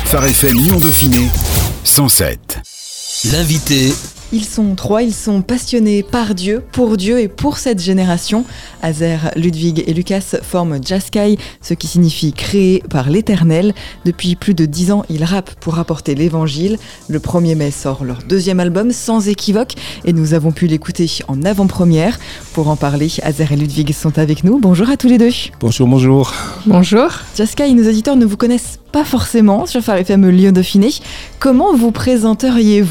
Phare FM Lyon Dauphiné 107. L'invité. Ils sont trois, ils sont passionnés par Dieu, pour Dieu et pour cette génération. Azer, Ludwig et Lucas forment Jazzsky, ce qui signifie créé par l'Éternel. Depuis plus de 10 ans, ils rappent pour rapporter l'Évangile. Le 1er mai sort leur deuxième album, Sans équivoque, et nous avons pu l'écouter en avant-première. Pour en parler, Azer et Ludwig sont avec nous. Bonjour à tous les deux. Bonjour, bonjour. Bonjour. Jazzsky, nos auditeurs ne vous connaissent pas forcément sur Phare FM Lyon Dauphiné. Comment vous présenteriez-vous ?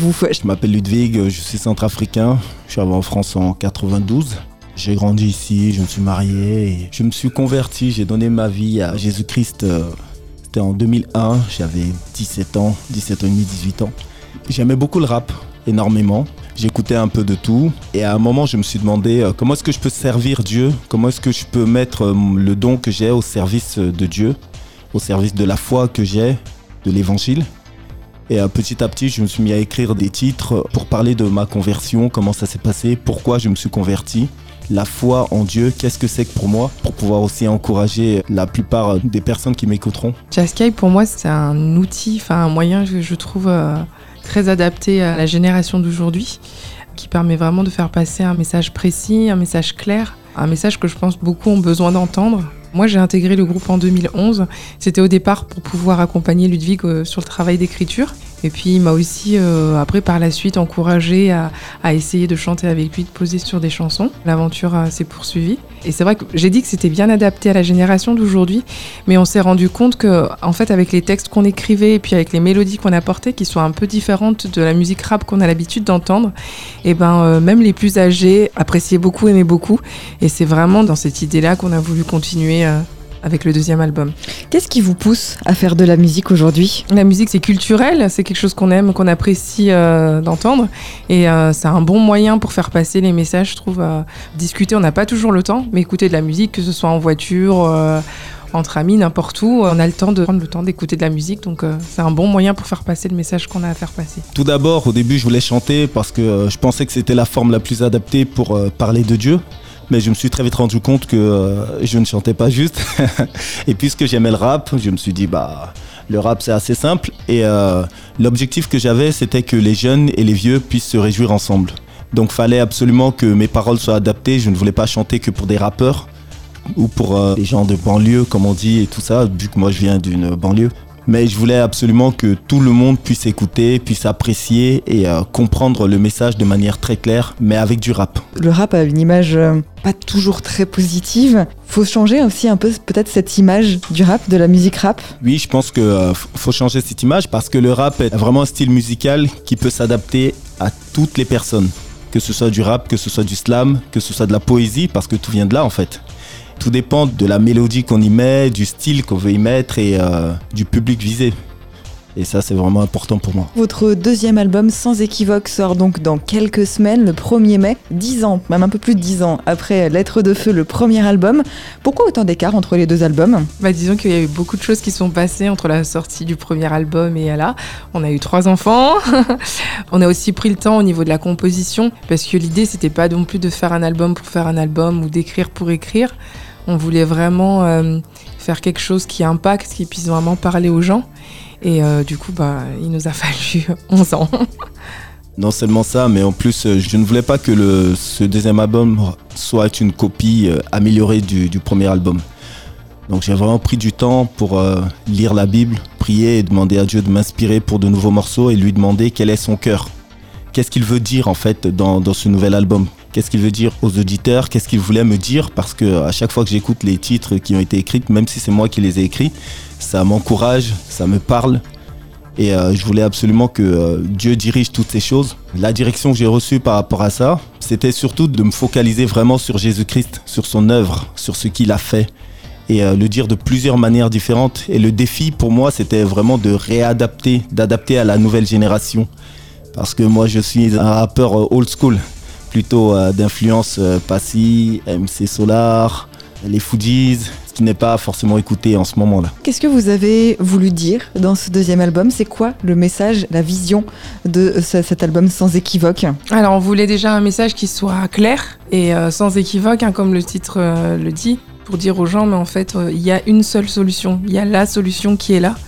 Je m'appelle Ludwig, je suis centrafricain. Je suis arrivé en France en 92. J'ai grandi ici, je me suis marié et je me suis converti. J'ai donné ma vie à Jésus-Christ. C'était en 2001, j'avais 17 ans et demi, 18 ans. J'aimais beaucoup le rap, énormément. J'écoutais un peu de tout et à un moment je me suis demandé comment est-ce que je peux servir Dieu ? Comment est-ce que je peux mettre le don que j'ai au service de Dieu ? Au service de la foi que j'ai, de l'évangile. Et petit à petit, je me suis mis à écrire des titres pour parler de ma conversion, comment ça s'est passé, pourquoi je me suis converti, la foi en Dieu, qu'est-ce que c'est que pour moi, pour pouvoir aussi encourager la plupart des personnes qui m'écouteront. Jazzsky, pour moi, c'est un outil, un moyen que je trouve très adapté à la génération d'aujourd'hui, qui permet vraiment de faire passer un message précis, un message clair, un message que je pense beaucoup ont besoin d'entendre. Moi, j'ai intégré le groupe en 2011. C'était au départ pour pouvoir accompagner Ludwig sur le travail d'écriture. Et puis, il m'a aussi, après, par la suite, encouragé à essayer de chanter avec lui, de poser sur des chansons. L'aventure s'est poursuivie. Et c'est vrai que j'ai dit que c'était bien adapté à la génération d'aujourd'hui, mais on s'est rendu compte que, en fait, avec les textes qu'on écrivait et puis avec les mélodies qu'on apportait, qui sont un peu différentes de la musique rap qu'on a l'habitude d'entendre, et même les plus âgés appréciaient beaucoup, aimaient beaucoup. Et c'est vraiment dans cette idée-là qu'on a voulu continuer avec le deuxième album. Qu'est-ce qui vous pousse à faire de la musique aujourd'hui ? La musique, c'est culturel, c'est quelque chose qu'on aime, qu'on apprécie d'entendre. Et c'est un bon moyen pour faire passer les messages, je trouve. Discuter, on n'a pas toujours le temps, mais écouter de la musique, que ce soit en voiture, entre amis, n'importe où, on a le temps de prendre le temps d'écouter de la musique. Donc c'est un bon moyen pour faire passer le message qu'on a à faire passer. Tout d'abord, au début, je voulais chanter parce que je pensais que c'était la forme la plus adaptée pour parler de Dieu. Mais je me suis très vite rendu compte que je ne chantais pas juste. Et puisque j'aimais le rap, je me suis dit, le rap c'est assez simple. Et l'objectif que j'avais, c'était que les jeunes et les vieux puissent se réjouir ensemble. Donc il fallait absolument que mes paroles soient adaptées. Je ne voulais pas chanter que pour des rappeurs ou pour les gens de banlieue, comme on dit, et tout ça, vu que moi je viens d'une banlieue. Mais je voulais absolument que tout le monde puisse écouter, puisse apprécier et comprendre le message de manière très claire, mais avec du rap. Le rap a une image pas toujours très positive. Faut changer aussi un peu peut-être cette image du rap, de la musique rap. Oui, je pense qu'il faut changer cette image parce que le rap est vraiment un style musical qui peut s'adapter à toutes les personnes. Que ce soit du rap, que ce soit du slam, que ce soit de la poésie, parce que tout vient de là en fait. Tout dépend de la mélodie qu'on y met, du style qu'on veut y mettre et du public visé. Et ça, c'est vraiment important pour moi. Votre deuxième album, Sans équivoque, sort donc dans quelques semaines, le 1er mai, 10 ans, même un peu plus de 10 ans après Lettres de feu, le premier album. Pourquoi autant d'écart entre les deux albums ? Disons qu'il y a eu beaucoup de choses qui sont passées entre la sortie du premier album et là. On a eu 3 enfants. On a aussi pris le temps au niveau de la composition, parce que l'idée, c'était pas non plus de faire un album pour faire un album ou d'écrire pour écrire. On voulait vraiment faire quelque chose qui impacte, qui puisse vraiment parler aux gens. Et du coup, il nous a fallu 11 ans. Non seulement ça, mais en plus, je ne voulais pas que ce deuxième album soit une copie améliorée du premier album. Donc j'ai vraiment pris du temps pour lire la Bible, prier et demander à Dieu de m'inspirer pour de nouveaux morceaux et lui demander quel est son cœur. Qu'est-ce qu'il veut dire en fait dans ce nouvel album ? Qu'est-ce qu'il veut dire aux auditeurs ? Qu'est-ce qu'il voulait me dire ? Parce que à chaque fois que j'écoute les titres qui ont été écrits, même si c'est moi qui les ai écrits, ça m'encourage, ça me parle. Et je voulais absolument que Dieu dirige toutes ces choses. La direction que j'ai reçue par rapport à ça, c'était surtout de me focaliser vraiment sur Jésus-Christ, sur son œuvre, sur ce qu'il a fait. Et le dire de plusieurs manières différentes. Et le défi pour moi, c'était vraiment de réadapter, d'adapter à la nouvelle génération. Parce que moi, je suis un rappeur old school, plutôt d'influence Passy, MC Solar, les Fujis, ce qui n'est pas forcément écouté en ce moment-là. Qu'est-ce que vous avez voulu dire dans ce deuxième album ? C'est quoi le message, la vision de cet album Sans équivoque ? Alors, on voulait déjà un message qui soit clair et sans équivoque, comme le titre le dit, pour dire aux gens, mais en fait, il y a une seule solution. Il y a la solution qui est là.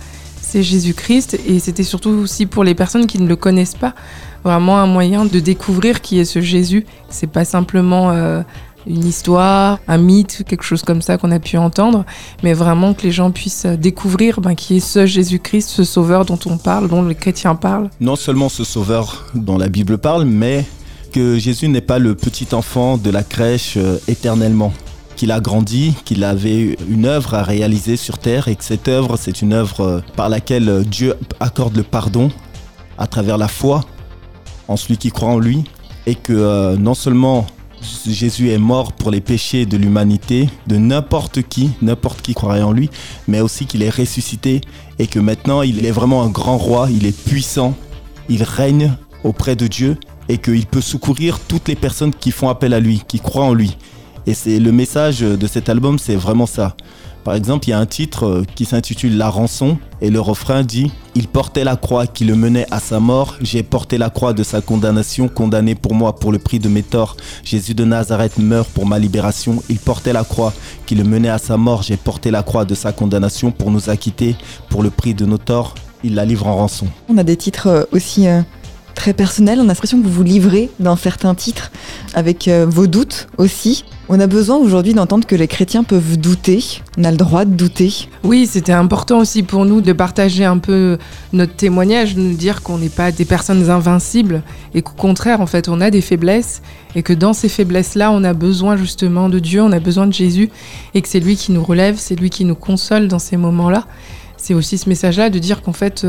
c'est Jésus-Christ, et c'était surtout aussi pour les personnes qui ne le connaissent pas, vraiment un moyen de découvrir qui est ce Jésus. C'est pas simplement une histoire, un mythe, quelque chose comme ça qu'on a pu entendre, mais vraiment que les gens puissent découvrir qui est ce Jésus-Christ, ce sauveur dont on parle, dont les chrétiens parlent. Non seulement ce sauveur dont la Bible parle, mais que Jésus n'est pas le petit enfant de la crèche éternellement. Qu'il a grandi, qu'il avait une œuvre à réaliser sur terre et que cette œuvre, c'est une œuvre par laquelle Dieu accorde le pardon à travers la foi en celui qui croit en lui, et que non seulement Jésus est mort pour les péchés de l'humanité, de n'importe qui croirait en lui, mais aussi qu'il est ressuscité et que maintenant il est vraiment un grand roi, il est puissant, il règne auprès de Dieu et qu'il peut secourir toutes les personnes qui font appel à lui, qui croient en lui. Et c'est le message de cet album, c'est vraiment ça. Par exemple, il y a un titre qui s'intitule La rançon et le refrain dit « Il portait la croix qui le menait à sa mort, j'ai porté la croix de sa condamnation, condamné pour moi pour le prix de mes torts. Jésus de Nazareth meurt pour ma libération, il portait la croix qui le menait à sa mort, j'ai porté la croix de sa condamnation pour nous acquitter, pour le prix de nos torts, il la livre en rançon. » On a des titres aussi très personnels, on a l'impression que vous vous livrez dans certains titres avec vos doutes aussi. On a besoin aujourd'hui d'entendre que les chrétiens peuvent douter, on a le droit de douter. Oui, c'était important aussi pour nous de partager un peu notre témoignage, de nous dire qu'on n'est pas des personnes invincibles et qu'au contraire, en fait, on a des faiblesses et que dans ces faiblesses-là, on a besoin justement de Dieu, on a besoin de Jésus et que c'est lui qui nous relève, c'est lui qui nous console dans ces moments-là. C'est aussi ce message-là de dire qu'en fait,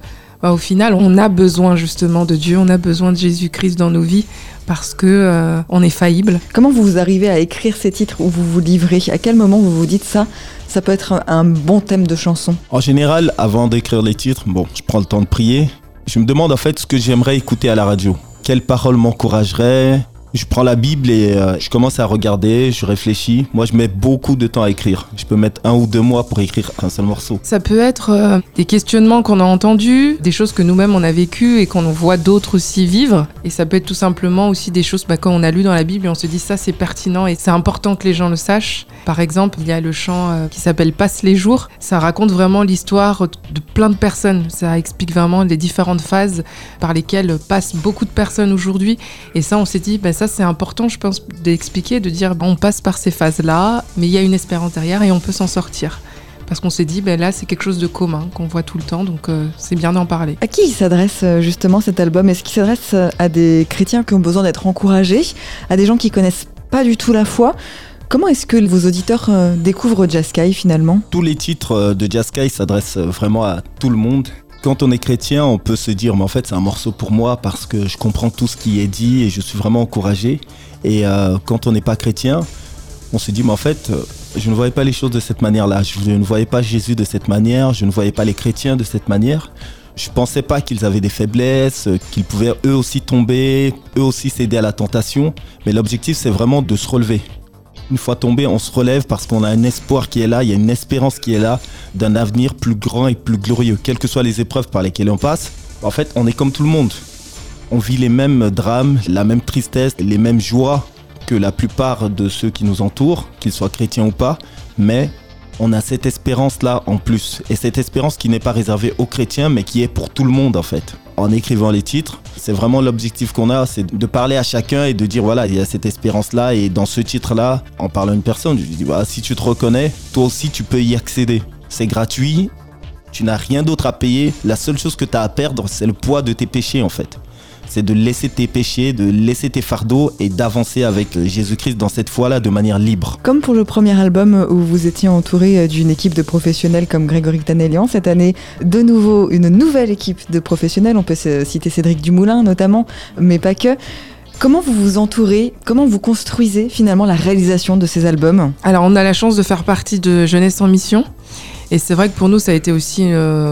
au final, on a besoin justement de Dieu, on a besoin de Jésus-Christ dans nos vies parce que on est faillible. Comment vous arrivez à écrire ces titres où vous vous livrez ? À quel moment vous vous dites ça peut être un bon thème de chanson ? En général, avant d'écrire les titres, je prends le temps de prier. Je me demande en fait ce que j'aimerais écouter à la radio. Quelles paroles m'encourageraient ? Je prends la Bible et je commence à regarder, je réfléchis. Moi, je mets beaucoup de temps à écrire. Je peux mettre 1 ou 2 mois pour écrire un seul morceau. Ça peut être des questionnements qu'on a entendus, des choses que nous-mêmes on a vécues et qu'on voit d'autres aussi vivre. Et ça peut être tout simplement aussi des choses quand on a lu dans la Bible et on se dit ça c'est pertinent et c'est important que les gens le sachent. Par exemple, il y a le chant qui s'appelle « Passe les jours ». Ça raconte vraiment l'histoire de plein de personnes. Ça explique vraiment les différentes phases par lesquelles passent beaucoup de personnes aujourd'hui. Et ça, on s'est dit, ça c'est important, je pense, d'expliquer, de dire on passe par ces phases-là, mais il y a une espérance derrière et on peut s'en sortir. Parce qu'on s'est dit, là, c'est quelque chose de commun qu'on voit tout le temps, donc c'est bien d'en parler. À qui il s'adresse justement cet album ? Est-ce qu'il s'adresse à des chrétiens qui ont besoin d'être encouragés, à des gens qui connaissent pas du tout la foi ? Comment est-ce que vos auditeurs découvrent Jazzkay finalement ? Tous les titres de Jazzkay s'adressent vraiment à tout le monde. Quand on est chrétien, on peut se dire, mais en fait, c'est un morceau pour moi parce que je comprends tout ce qui est dit et je suis vraiment encouragé. Et quand on n'est pas chrétien, on se dit, mais en fait, je ne voyais pas les choses de cette manière-là. Je ne voyais pas Jésus de cette manière. Je ne voyais pas les chrétiens de cette manière. Je ne pensais pas qu'ils avaient des faiblesses, qu'ils pouvaient eux aussi tomber, eux aussi céder à la tentation. Mais l'objectif, c'est vraiment de se relever. Une fois tombé, on se relève parce qu'on a un espoir qui est là, il y a une espérance qui est là d'un avenir plus grand et plus glorieux. Quelles que soient les épreuves par lesquelles on passe, en fait, on est comme tout le monde. On vit les mêmes drames, la même tristesse, les mêmes joies que la plupart de ceux qui nous entourent, qu'ils soient chrétiens ou pas, mais on a cette espérance-là en plus. Et cette espérance qui n'est pas réservée aux chrétiens, mais qui est pour tout le monde en fait. En écrivant les titres, c'est vraiment l'objectif qu'on a, c'est de parler à chacun et de dire voilà, il y a cette espérance-là et dans ce titre-là, en parlant à une personne, je lui dis si tu te reconnais, toi aussi tu peux y accéder. C'est gratuit, tu n'as rien d'autre à payer, la seule chose que tu as à perdre, c'est le poids de tes péchés en fait. C'est de laisser tes péchés, de laisser tes fardeaux et d'avancer avec Jésus-Christ dans cette foi-là de manière libre. Comme pour le premier album où vous étiez entouré d'une équipe de professionnels comme Grégory Tanelian, cette année, de nouveau, une nouvelle équipe de professionnels. On peut citer Cédric Dumoulin notamment, mais pas que. Comment vous vous entourez, comment vous construisez finalement la réalisation de ces albums ? Alors on a la chance de faire partie de Jeunesse en Mission. Et c'est vrai que pour nous, ça a été aussi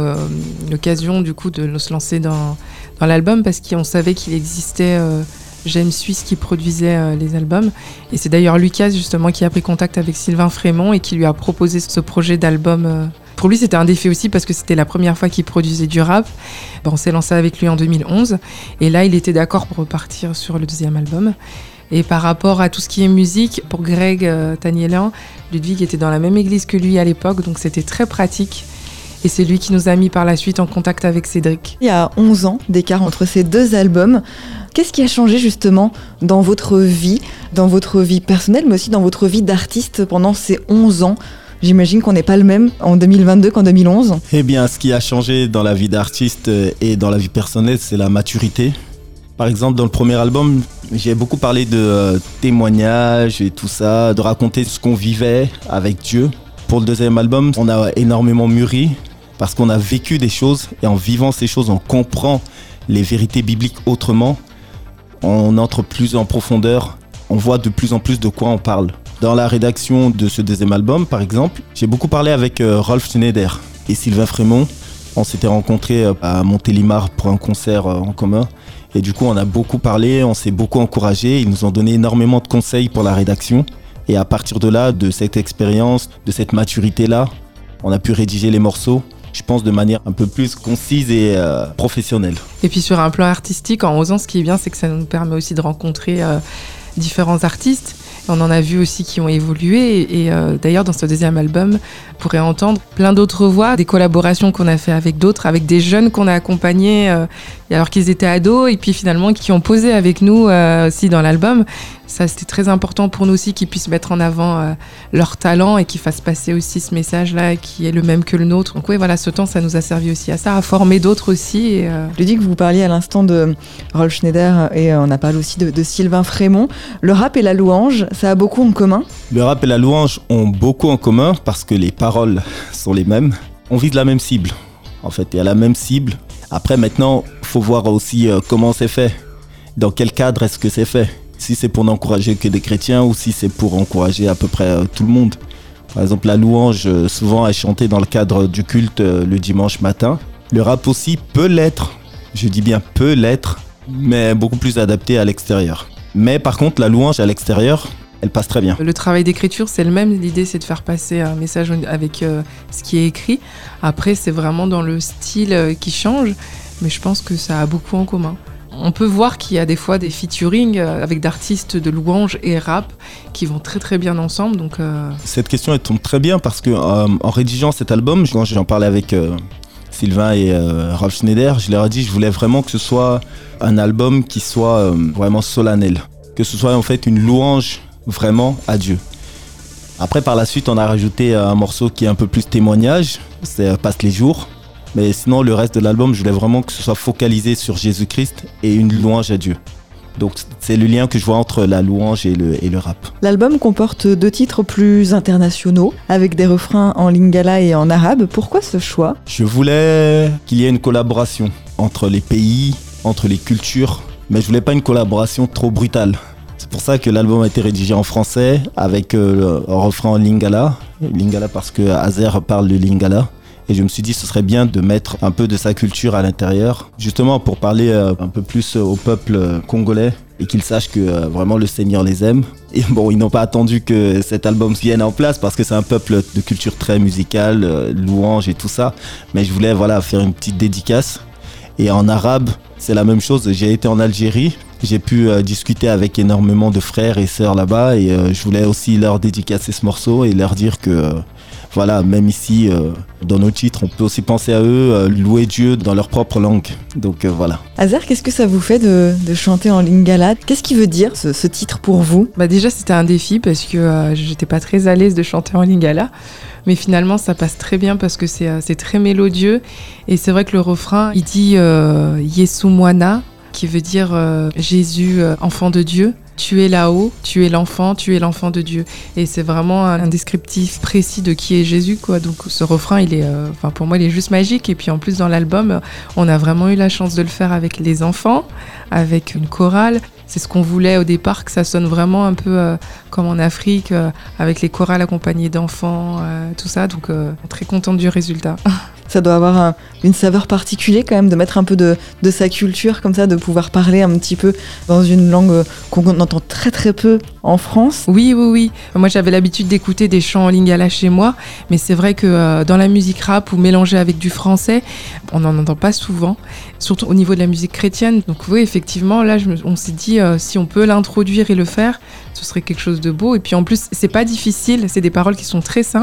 l'occasion du coup de se lancer dans l'album parce qu'on savait qu'il existait J'aime Suisse qui produisait les albums. Et c'est d'ailleurs Lucas justement qui a pris contact avec Sylvain Frémont et qui lui a proposé ce projet d'album. Pour lui, c'était un défi aussi parce que c'était la première fois qu'il produisait du rap. On s'est lancé avec lui en 2011 et là, il était d'accord pour repartir sur le deuxième album. Et par rapport à tout ce qui est musique, pour Greg Tanelian, Ludwig était dans la même église que lui à l'époque, donc c'était très pratique. Et c'est lui qui nous a mis par la suite en contact avec Cédric. Il y a 11 ans d'écart entre ces deux albums. Qu'est-ce qui a changé justement dans votre vie personnelle, mais aussi dans votre vie d'artiste pendant ces 11 ans ? J'imagine qu'on n'est pas le même en 2022 qu'en 2011. Eh bien, ce qui a changé dans la vie d'artiste et dans la vie personnelle, c'est la maturité. Par exemple, dans le premier album, j'ai beaucoup parlé de témoignages et tout ça, de raconter ce qu'on vivait avec Dieu. Pour le deuxième album, on a énormément mûri parce qu'on a vécu des choses et en vivant ces choses, on comprend les vérités bibliques autrement. On entre plus en profondeur, on voit de plus en plus de quoi on parle. Dans la rédaction de ce deuxième album, par exemple, j'ai beaucoup parlé avec Rolf Schneider et Sylvain Frémont. On s'était rencontrés à Montélimar pour un concert en commun. Et du coup, on a beaucoup parlé, on s'est beaucoup encouragé. Ils nous ont donné énormément de conseils pour la rédaction. Et à partir de là, de cette expérience, de cette maturité-là, on a pu rédiger les morceaux, je pense, de manière un peu plus concise et professionnelle. Et puis sur un plan artistique, en 11 ans, ce qui est bien, c'est que ça nous permet aussi de rencontrer différents artistes. On en a vu aussi qui ont évolué et d'ailleurs dans ce deuxième album, on pourrait entendre plein d'autres voix, des collaborations qu'on a fait avec d'autres, avec des jeunes qu'on a accompagnés alors qu'ils étaient ados et puis finalement qui ont posé avec nous aussi dans l'album. Ça, c'était très important pour nous aussi qu'ils puissent mettre en avant leur talent et qu'ils fassent passer aussi ce message-là qui est le même que le nôtre. Donc oui, voilà, ce temps, ça nous a servi aussi à ça, à former d'autres aussi. Ludic, vous parliez à l'instant de Rolf Schneider et on a parlé aussi de Sylvain Frémont. Le rap et la louange, ça a beaucoup en commun ? Le rap et la louange ont beaucoup en commun parce que les paroles sont les mêmes. On vise la même cible, en fait, il y a la même cible. Après, maintenant, il faut voir aussi comment c'est fait. Dans quel cadre est-ce que c'est fait ? Si c'est pour n'encourager que des chrétiens ou si c'est pour encourager à peu près tout le monde. Par exemple, la louange, souvent, est chantée dans le cadre du culte le dimanche matin. Le rap aussi peut l'être, je dis bien peut l'être, mais beaucoup plus adapté à l'extérieur. Mais par contre, la louange à l'extérieur, elle passe très bien. Le travail d'écriture, c'est le même. L'idée, c'est de faire passer un message avec ce qui est écrit. Après, c'est vraiment dans le style qui change, mais je pense que ça a beaucoup en commun. On peut voir qu'il y a des fois des featuring avec d'artistes de louange et rap qui vont très très bien ensemble. Donc Cette question elle tombe très bien parce que en rédigeant cet album, quand j'en parlais avec Sylvain et Rolf Schneider, je leur ai dit que je voulais vraiment que ce soit un album qui soit vraiment solennel, que ce soit en fait une louange vraiment à Dieu. Après par la suite on a rajouté un morceau qui est un peu plus témoignage, c'est Passe les jours. Mais sinon, le reste de l'album, je voulais vraiment que ce soit focalisé sur Jésus-Christ et une louange à Dieu. Donc, c'est le lien que je vois entre la louange et le rap. L'album comporte 2 titres plus internationaux, avec des refrains en lingala et en arabe. Pourquoi ce choix ? Je voulais qu'il y ait une collaboration entre les pays, entre les cultures, mais je voulais pas une collaboration trop brutale. C'est pour ça que l'album a été rédigé en français, avec un refrain en lingala. Lingala parce que Azer parle le lingala. Et je me suis dit ce serait bien de mettre un peu de sa culture à l'intérieur, justement pour parler un peu plus au peuple congolais et qu'ils sachent que vraiment le Seigneur les aime. Et bon, ils n'ont pas attendu que cet album vienne en place parce que c'est un peuple de culture très musicale, louange et tout ça. Mais je voulais faire une petite dédicace. Et en arabe, c'est la même chose. J'ai été en Algérie, j'ai pu discuter avec énormément de frères et sœurs là-bas et je voulais aussi leur dédicacer ce morceau et leur dire que même ici, dans nos titres, on peut aussi penser à eux, louer Dieu dans leur propre langue. Donc voilà. Azer, qu'est-ce que ça vous fait de chanter en lingala ? Qu'est-ce qui veut dire ce titre pour vous ? Déjà, c'était un défi parce que j'étais pas très à l'aise de chanter en lingala. Mais finalement, ça passe très bien parce que c'est très mélodieux. Et c'est vrai que le refrain, il dit Yesu Mwana, qui veut dire Jésus, enfant de Dieu. Tu es là-haut, tu es l'enfant de Dieu. Et c'est vraiment un descriptif précis de qui est Jésus, quoi. Donc ce refrain, il est, pour moi, il est juste magique. Et puis en plus, dans l'album, on a vraiment eu la chance de le faire avec les enfants, avec une chorale. C'est ce qu'on voulait au départ, que ça sonne vraiment un peu comme en Afrique, avec les chorales accompagnées d'enfants, tout ça. Donc très contente du résultat. Ça doit avoir une saveur particulière quand même, de mettre un peu de sa culture comme ça, de pouvoir parler un petit peu dans une langue qu'on entend très très peu en France. Oui. Moi j'avais l'habitude d'écouter des chants en lingala chez moi, mais c'est vrai que dans la musique rap ou mélangée avec du français, on n'en entend pas souvent, surtout au niveau de la musique chrétienne. Donc oui, effectivement, là on s'est dit si on peut l'introduire et le faire, ce serait quelque chose de beau. Et puis en plus, c'est pas difficile, c'est des paroles qui sont très simples.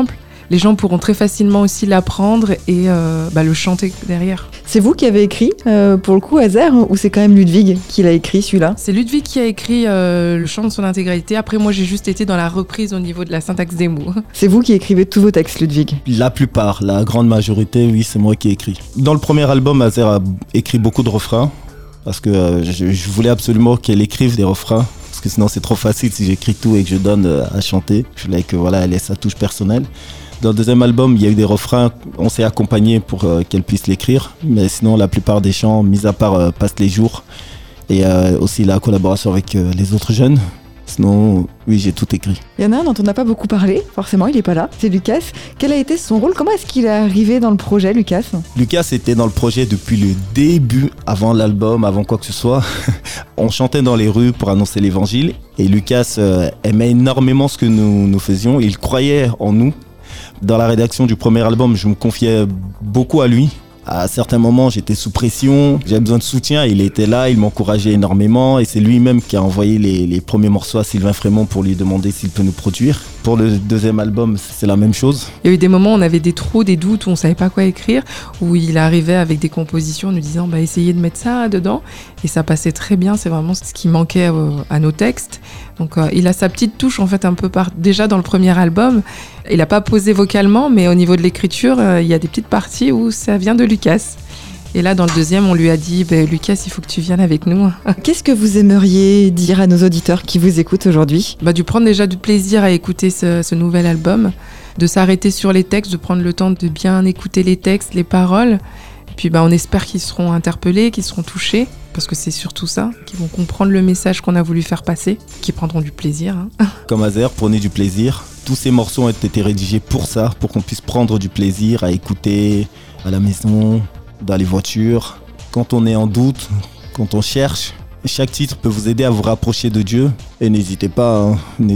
les gens pourront très facilement aussi l'apprendre et le chanter derrière. C'est vous qui avez écrit, pour le coup, Azer, ou c'est quand même Ludwig qui l'a écrit celui-là ? C'est Ludwig qui a écrit le chant de son intégralité. Après, moi, j'ai juste été dans la reprise au niveau de la syntaxe des mots. C'est vous qui écrivez tous vos textes, Ludwig ? La plupart, la grande majorité, oui, c'est moi qui ai écrit. Dans le premier album, Azer a écrit beaucoup de refrains parce que je voulais absolument qu'elle écrive des refrains. Parce que sinon c'est trop facile si j'écris tout et que je donne à chanter. Je voulais qu'elle ait sa touche personnelle. Dans le deuxième album, il y a eu des refrains, on s'est accompagné pour qu'elle puisse l'écrire. Mais sinon, la plupart des chants, mis à part Passe les jours, et aussi la collaboration avec les autres jeunes. Sinon, oui, j'ai tout écrit. Il y en a un dont on n'a pas beaucoup parlé, forcément, il n'est pas là, c'est Lucas. Quel a été son rôle ? Comment est-ce qu'il est arrivé dans le projet, Lucas ? Lucas était dans le projet depuis le début, avant l'album, avant quoi que ce soit. On chantait dans les rues pour annoncer l'évangile. Et Lucas aimait énormément ce que nous faisions. Il croyait en nous. Dans la rédaction du premier album, je me confiais beaucoup à lui. À certains moments, j'étais sous pression, j'avais besoin de soutien, il était là, il m'encourageait énormément et c'est lui-même qui a envoyé les premiers morceaux à Sylvain Frémont pour lui demander s'il peut nous produire. Pour le deuxième album, c'est la même chose. Il y a eu des moments où on avait des trous, des doutes, où on ne savait pas quoi écrire, où il arrivait avec des compositions en nous disant essayez de mettre ça dedans et ça passait très bien, c'est vraiment ce qui manquait à nos textes. Donc il a sa petite touche en fait un peu déjà dans le premier album. Il n'a pas posé vocalement, mais au niveau de l'écriture, il y a des petites parties où ça vient de Lucas. Et là, dans le deuxième, on lui a dit Lucas, il faut que tu viennes avec nous. Qu'est-ce que vous aimeriez dire à nos auditeurs qui vous écoutent aujourd'hui ? De prendre déjà du plaisir à écouter ce nouvel album, de s'arrêter sur les textes, de prendre le temps de bien écouter les textes, les paroles. Et puis on espère qu'ils seront interpellés, qu'ils seront touchés, parce que c'est surtout ça, qu'ils vont comprendre le message qu'on a voulu faire passer, qu'ils prendront du plaisir. Comme Azer, prenez du plaisir. Tous ces morceaux ont été rédigés pour ça, pour qu'on puisse prendre du plaisir à écouter à la maison, dans les voitures, quand on est en doute, quand on cherche. Chaque titre peut vous aider à vous rapprocher de Dieu. Et n'hésitez pas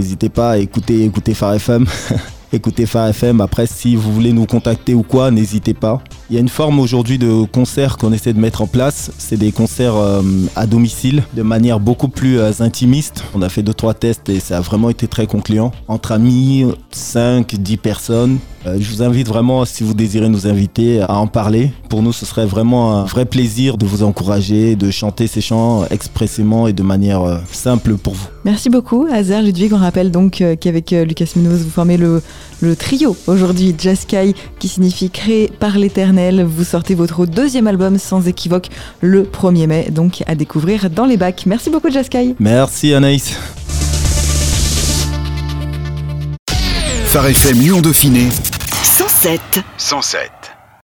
à écouter Phare FM. Écoutez Phare FM. Après, si vous voulez nous contacter ou quoi, n'hésitez pas. Il y a une forme aujourd'hui de concert qu'on essaie de mettre en place. C'est des concerts à domicile, de manière beaucoup plus intimiste. On a fait 2-3 tests et ça a vraiment été très concluant. Entre amis, 5-10 personnes. Je vous invite vraiment, si vous désirez nous inviter, à en parler. Pour nous, ce serait vraiment un vrai plaisir de vous encourager, de chanter ces chants expressément et de manière simple pour vous. Merci beaucoup, Azer, Ludwig. On rappelle donc qu'avec Lucas Munoz, vous formez le trio aujourd'hui, Jazzkai, qui signifie créé par l'Éternel. Vous sortez votre deuxième album sans équivoque le 1er mai, donc à découvrir dans les bacs. Merci beaucoup, Jazzkai. Merci, Anaïs. Phare FM Lyon Dauphiné 107. 107.